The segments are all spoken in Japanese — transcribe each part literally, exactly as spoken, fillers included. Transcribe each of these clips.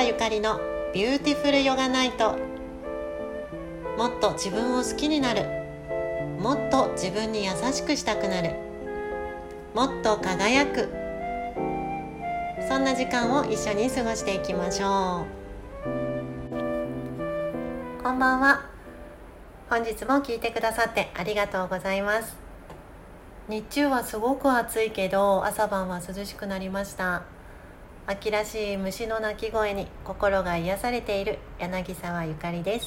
沢ゆかりのビューティフルヨガナイト。もっと自分を好きになる、もっと自分に優しくしたくなる、もっと輝く、そんな時間を一緒に過ごしていきましょう。こんばんは。本日も聞いてくださってありがとうございます。日中はすごく暑いけど朝晩は涼しくなりました。秋らしい虫の鳴き声に心が癒されている柳沢ゆかりです。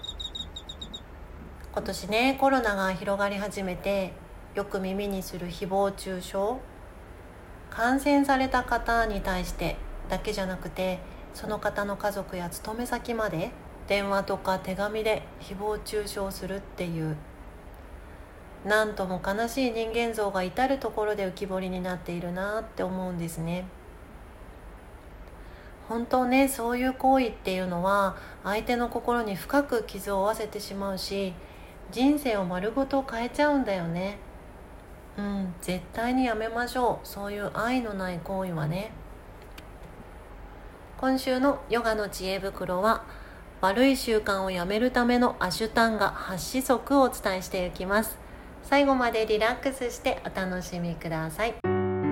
今年ね、コロナが広がり始めて、よく耳にする誹謗中傷、感染された方に対してだけじゃなくて、その方の家族や勤め先まで電話とか手紙で誹謗中傷するっていう、なんとも悲しい人間像が至るところで浮き彫りになっているなって思うんですね。本当ね、そういう行為っていうのは相手の心に深く傷を負わせてしまうし、人生を丸ごと変えちゃうんだよね。うん、絶対にやめましょう、そういう愛のない行為はね。今週のヨガの知恵袋は、悪い習慣をやめるためのアシュタンガはちしそくをお伝えしていきます。最後までリラックスしてお楽しみください。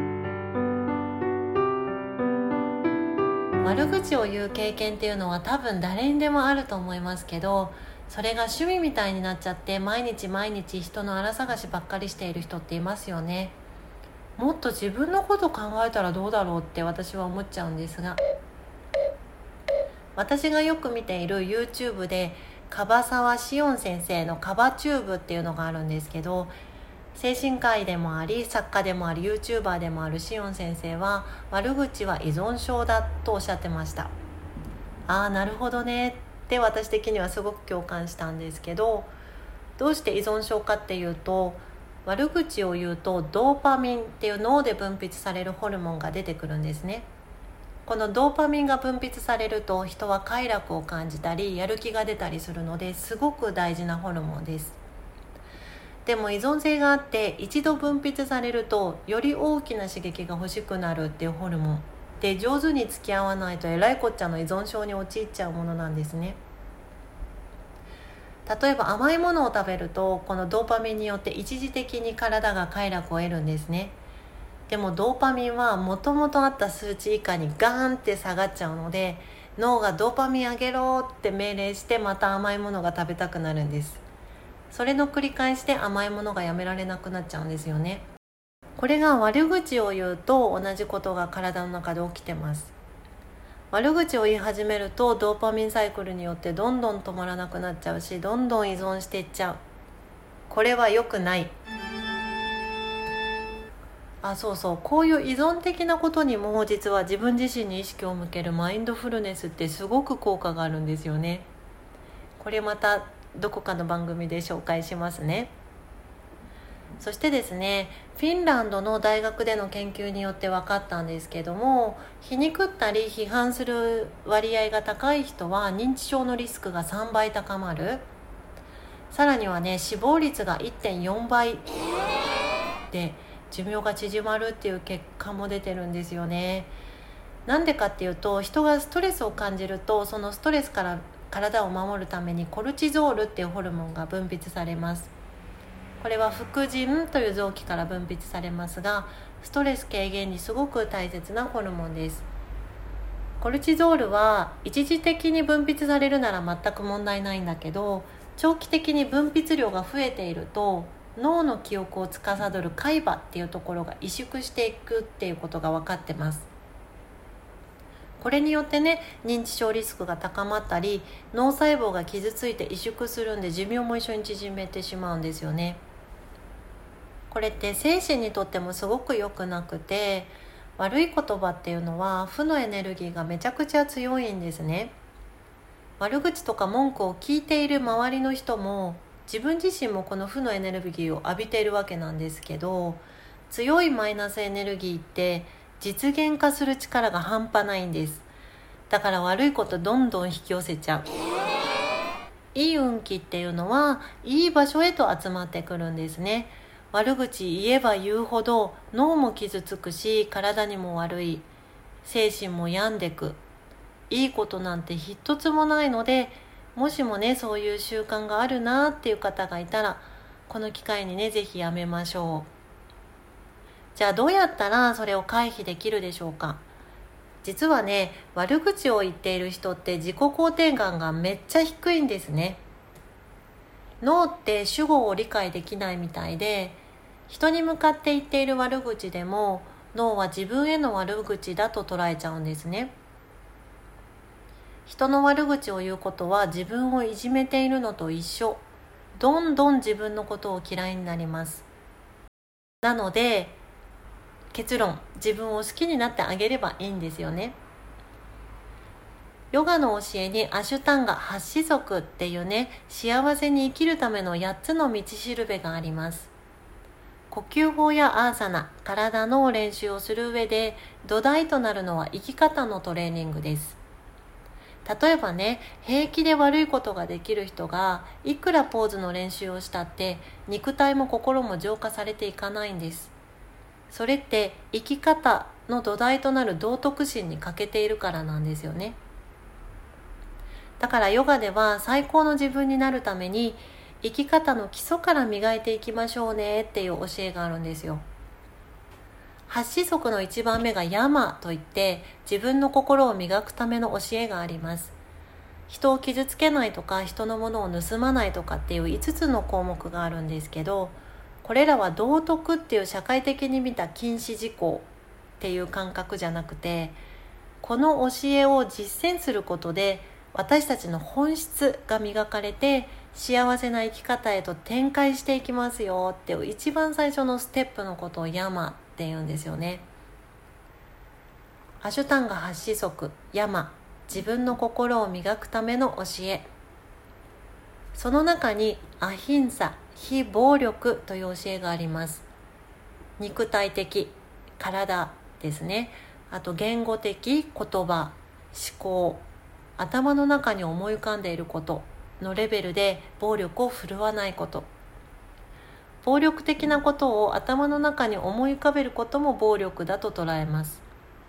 悪口を言う経験っていうのは多分誰にでもあると思いますけど、それが趣味みたいになっちゃって毎日毎日人の荒探しばっかりしている人っていますよね。もっと自分のこと考えたらどうだろうって私は思っちゃうんですが、私がよく見ている YouTube で樺沢紫音先生のカバチューブっていうのがあるんですけど、精神科医でもあり作家でもあり YouTuber でもある紫音先生は、悪口は依存症だとおっしゃってました。ああ、なるほどねって私的にはすごく共感したんですけど、どうして依存症かっていうと、悪口を言うとドーパミンっていう脳で分泌されるホルモンが出てくるんですね。このドーパミンが分泌されると人は快楽を感じたりやる気が出たりするので、すごく大事なホルモンです。でも依存性があって、一度分泌されるとより大きな刺激が欲しくなるっていうホルモンで、上手に付き合わないとえらいこっちゃの依存症に陥っちゃうものなんですね。例えば甘いものを食べると、このドーパミンによって一時的に体が快楽を得るんですね。でもドーパミンはもともとあった数値以下にガーンって下がっちゃうので、脳がドーパミン上げろって命令して、また甘いものが食べたくなるんです。それの繰り返しで甘いものがやめられなくなっちゃうんですよね。これが悪口を言うと同じことが体の中で起きてます。悪口を言い始めるとドーパミンサイクルによってどんどん止まらなくなっちゃうし、どんどん依存していっちゃう。これは良くない。あ、そうそう、こういう依存的なことにも実は自分自身に意識を向けるマインドフルネスってすごく効果があるんですよね。これまたどこかの番組で紹介しますね。そしてですね、フィンランドの大学での研究によって分かったんですけども、皮肉ったり批判する割合が高い人は認知症のリスクがさんばい高まる。さらにはね、死亡率が いってんよんばいで寿命が縮まるっていう結果も出てるんですよね。なんでかっていうと、人がストレスを感じると、そのストレスから体を守るためにコルチゾールっていうホルモンが分泌されます。これは副腎という臓器から分泌されますが、ストレス軽減にすごく大切なホルモンです。コルチゾールは一時的に分泌されるなら全く問題ないんだけど、長期的に分泌量が増えていると脳の記憶を司る海馬っていうところが萎縮していくっていうことが分かってます。これによってね、認知症リスクが高まったり、脳細胞が傷ついて萎縮するんで寿命も一緒に縮めてしまうんですよね。これって精神にとってもすごく良くなくて、悪い言葉っていうのは負のエネルギーがめちゃくちゃ強いんですね。悪口とか文句を聞いている周りの人も、自分自身もこの負のエネルギーを浴びているわけなんですけど、強いマイナスエネルギーって実現化する力が半端ないんです。だから悪いことどんどん引き寄せちゃう。いい運気っていうのはいい場所へと集まってくるんですね。悪口言えば言うほど脳も傷つくし、体にも悪い、精神も病んでく。 いいことなんて一つもないので、もしもねそういう習慣があるなっていう方がいたら、この機会にねぜひやめましょう。じゃあどうやったらそれを回避できるでしょうか。実はね、悪口を言っている人って自己肯定感がめっちゃ低いんですね。脳って主語を理解できないみたいで、人に向かって言っている悪口でも脳は自分への悪口だと捉えちゃうんですね。人の悪口を言うことは自分をいじめているのと一緒。どんどん自分のことを嫌いになります。なので結論、自分を好きになってあげればいいんですよね。ヨガの教えにアシュタンガはち子則っていうね、幸せに生きるためのやっつの道しるべがあります。呼吸法やアーサナ、体の練習をする上で土台となるのは生き方のトレーニングです。例えばね、平気で悪いことができる人がいくらポーズの練習をしたって肉体も心も浄化されていかないんです。それって生き方の土台となる道徳心に欠けているからなんですよね。だからヨガでは最高の自分になるために生き方の基礎から磨いていきましょうねっていう教えがあるんですよ。はち子則のいちばんめがヤマといって、自分の心を磨くための教えがあります。人を傷つけないとか、人のものを盗まないとかっていういつつの項目があるんですけど、これらは道徳っていう社会的に見た禁止事項っていう感覚じゃなくて、この教えを実践することで私たちの本質が磨かれて幸せな生き方へと展開していきますよっていう一番最初のステップのことをヤマって言うんですよね。アシュタンガはち子則、ヤマ、自分の心を磨くための教え。その中にアヒンサ、非暴力という教えがあります。肉体的、体ですね。あと言語的、言葉、思考、頭の中に思い浮かんでいることのレベルで暴力を振るわないこと。暴力的なことを頭の中に思い浮かべることも暴力だと捉えます。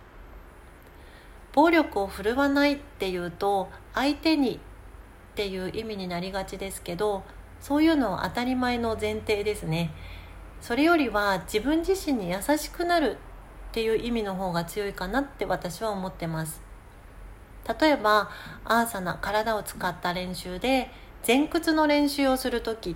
暴力を振るわないっていうと相手にっていう意味になりがちですけど、そういうのは当たり前の前提ですね。それよりは自分自身に優しくなるっていう意味の方が強いかなって私は思ってます。例えばアーサナ、体を使った練習で前屈の練習をするときって、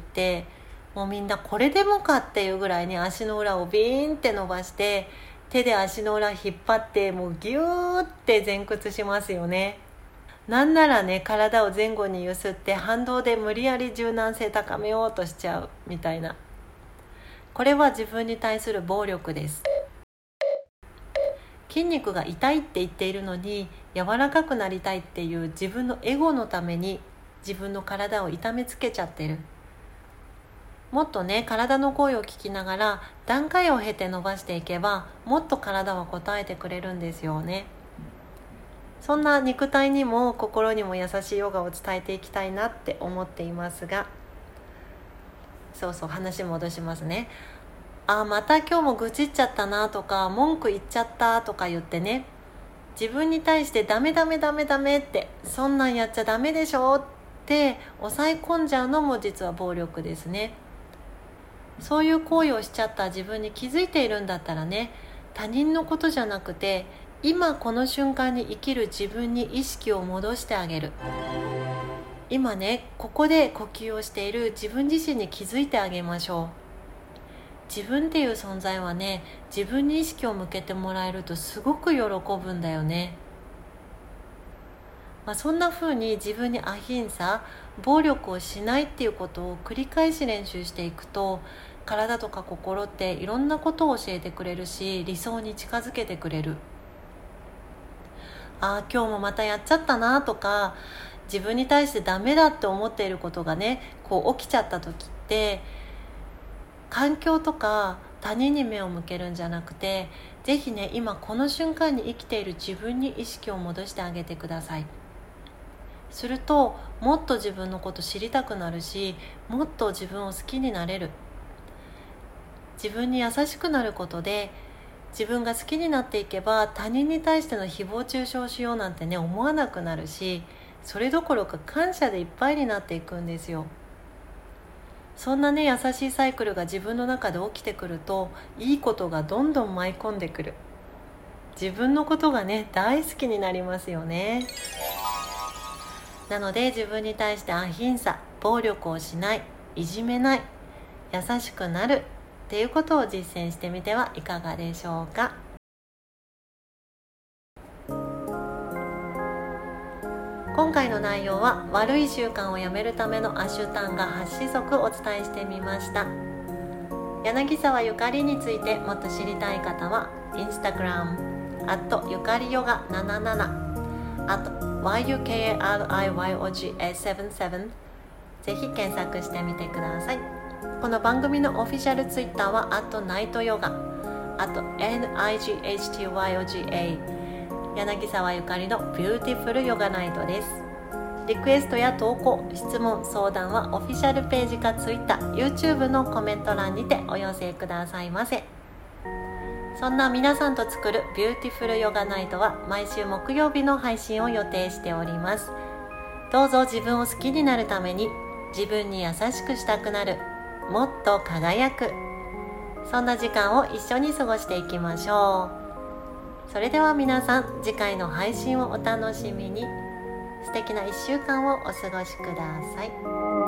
もうみんなこれでもかっていうぐらいに足の裏をビーンって伸ばして手で足の裏引っ張ってもうギューって前屈しますよね。なんならね、体を前後に揺すって反動で無理やり柔軟性高めようとしちゃうみたいな。これは自分に対する暴力です。筋肉が痛いって言っているのに柔らかくなりたいっていう自分のエゴのために自分の体を痛めつけちゃってる。もっとね、体の声を聞きながら段階を経て伸ばしていけば、もっと体は応えてくれるんですよね。そんな肉体にも心にも優しいヨガを伝えていきたいなって思っていますが、そうそう、話戻しますね。あ、また今日も愚痴っちゃったなとか文句言っちゃったとか言ってね、自分に対してダメダメダメダメって、そんなんやっちゃダメでしょって抑え込んじゃうのも実は暴力ですね。そういう行為をしちゃった自分に気づいているんだったらね、他人のことじゃなくて今この瞬間に生きる自分に意識を戻してあげる。今ね、ここで呼吸をしている自分自身に気づいてあげましょう。自分っていう存在はね、自分に意識を向けてもらえるとすごく喜ぶんだよね。まあ、そんな風に自分にアヒンサ、暴力をしないっていうことを繰り返し練習していくと、体とか心っていろんなことを教えてくれるし、理想に近づけてくれる。ああ、今日もまたやっちゃったなとか、自分に対してダメだって思っていることがね、こう起きちゃった時って、環境とか他人に目を向けるんじゃなくて、ぜひね、今この瞬間に生きている自分に意識を戻してあげてください。するともっと自分のこと知りたくなるし、もっと自分を好きになれる。自分に優しくなることで自分が好きになっていけば他人に対しての誹謗中傷しようなんてね思わなくなるし、それどころか感謝でいっぱいになっていくんですよ。そんなね優しいサイクルが自分の中で起きてくると、いいことがどんどん舞い込んでくる。自分のことがね大好きになりますよね。なので自分に対してアヒンサ、暴力をしない、いじめない、優しくなるっていうことを実践してみてはいかがでしょうか。今回の内容は悪い習慣をやめるためのアシュタンガはちしぞくをお伝えしてみました。柳沢ゆかりについてもっと知りたい方はインスタグラムアットゆかりヨガななななあと ワイユーケーエーアールアイワイオージーエーセブンセブン ぜひ検索してみてください。この番組のオフィシャルツイッターはアットナイトヨガあと エヌアイジーエイチティーワイオージーエー 柳沢ゆかりのビューティフルヨガナイトです。リクエストや投稿、質問、相談はオフィシャルページかツイッター、YouTube のコメント欄にてお寄せくださいませ。そんな皆さんと作るビューティフルヨガナイトは毎週木曜日の配信を予定しております。どうぞ自分を好きになるために、自分に優しくしたくなる、もっと輝く、そんな時間を一緒に過ごしていきましょう。それでは皆さん、次回の配信をお楽しみに。素敵ないっしゅうかんをお過ごしください。